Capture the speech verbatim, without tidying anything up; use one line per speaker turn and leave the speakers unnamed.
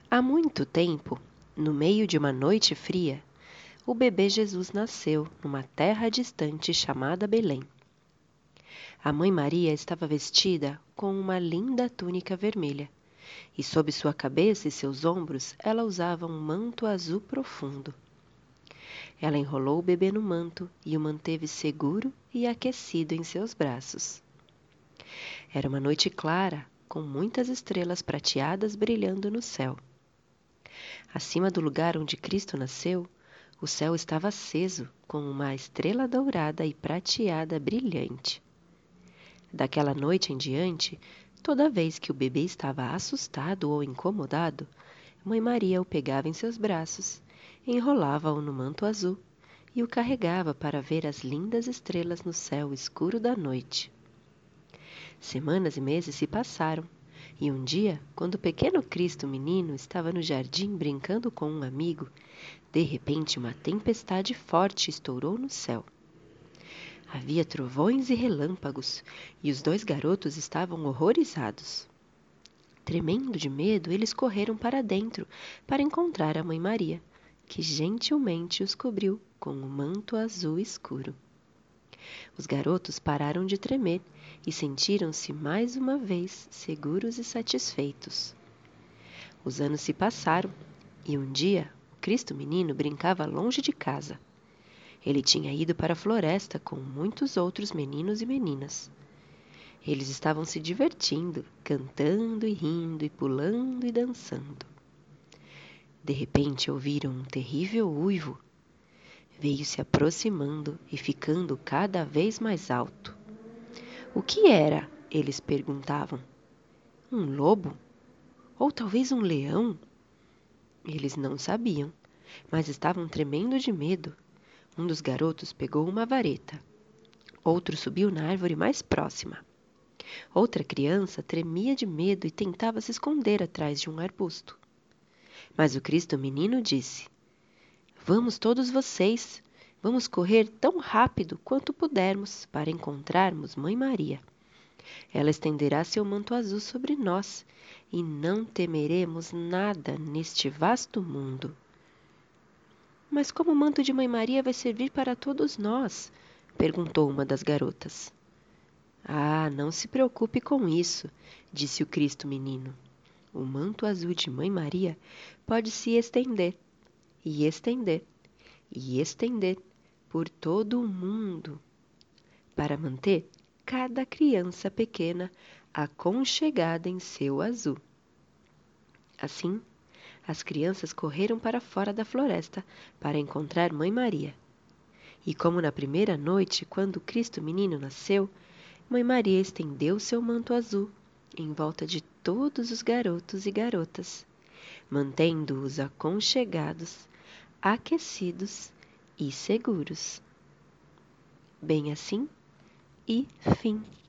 Há muito tempo, no meio de uma noite fria, o bebê Jesus nasceu numa terra distante chamada Belém. A mãe Maria estava vestida com uma linda túnica vermelha, e sob sua cabeça e seus ombros ela usava um manto azul profundo. Ela enrolou o bebê no manto e o manteve seguro e aquecido em seus braços. Era uma noite clara, com muitas estrelas prateadas brilhando no céu. Acima do lugar onde Cristo nasceu, o céu estava aceso com uma estrela dourada e prateada brilhante. Daquela noite em diante, toda vez que o bebê estava assustado ou incomodado, Mãe Maria o pegava em seus braços, enrolava-o no manto azul e o carregava para ver as lindas estrelas no céu escuro da noite. Semanas e meses se passaram, e um dia, quando o pequeno Cristo menino estava no jardim brincando com um amigo, de repente uma tempestade forte estourou no céu. Havia trovões e relâmpagos, e os dois garotos estavam horrorizados. Tremendo de medo, eles correram para dentro para encontrar a Mãe Maria, que gentilmente os cobriu com um manto azul escuro. Os garotos pararam de tremer e sentiram-se mais uma vez seguros e satisfeitos. Os anos se passaram e um dia o Cristo menino brincava longe de casa. Ele tinha ido para a floresta com muitos outros meninos e meninas. Eles estavam se divertindo, cantando e rindo e pulando e dançando. De repente ouviram um terrível uivo. Veio se aproximando e ficando cada vez mais alto. O que era? Eles perguntavam. Um lobo? Ou talvez um leão? Eles não sabiam, mas estavam tremendo de medo. Um dos garotos pegou uma vareta. Outro subiu na árvore mais próxima. Outra criança tremia de medo e tentava se esconder atrás de um arbusto. Mas o Cristo menino disse: Vamos todos vocês, vamos correr tão rápido quanto pudermos para encontrarmos Mãe Maria. Ela estenderá seu manto azul sobre nós e não temeremos nada neste vasto mundo. Mas como o manto de Mãe Maria vai servir para todos nós? Perguntou uma das garotas. Ah, não se preocupe com isso, disse o Cristo menino. O manto azul de Mãe Maria pode se estender, e estender, e estender por todo o mundo, para manter cada criança pequena aconchegada em seu azul. Assim, as crianças correram para fora da floresta para encontrar Mãe Maria. E como na primeira noite, quando o Cristo menino nasceu, Mãe Maria estendeu seu manto azul em volta de todos os garotos e garotas, mantendo-os aconchegados, aquecidos e seguros. Bem assim, e fim.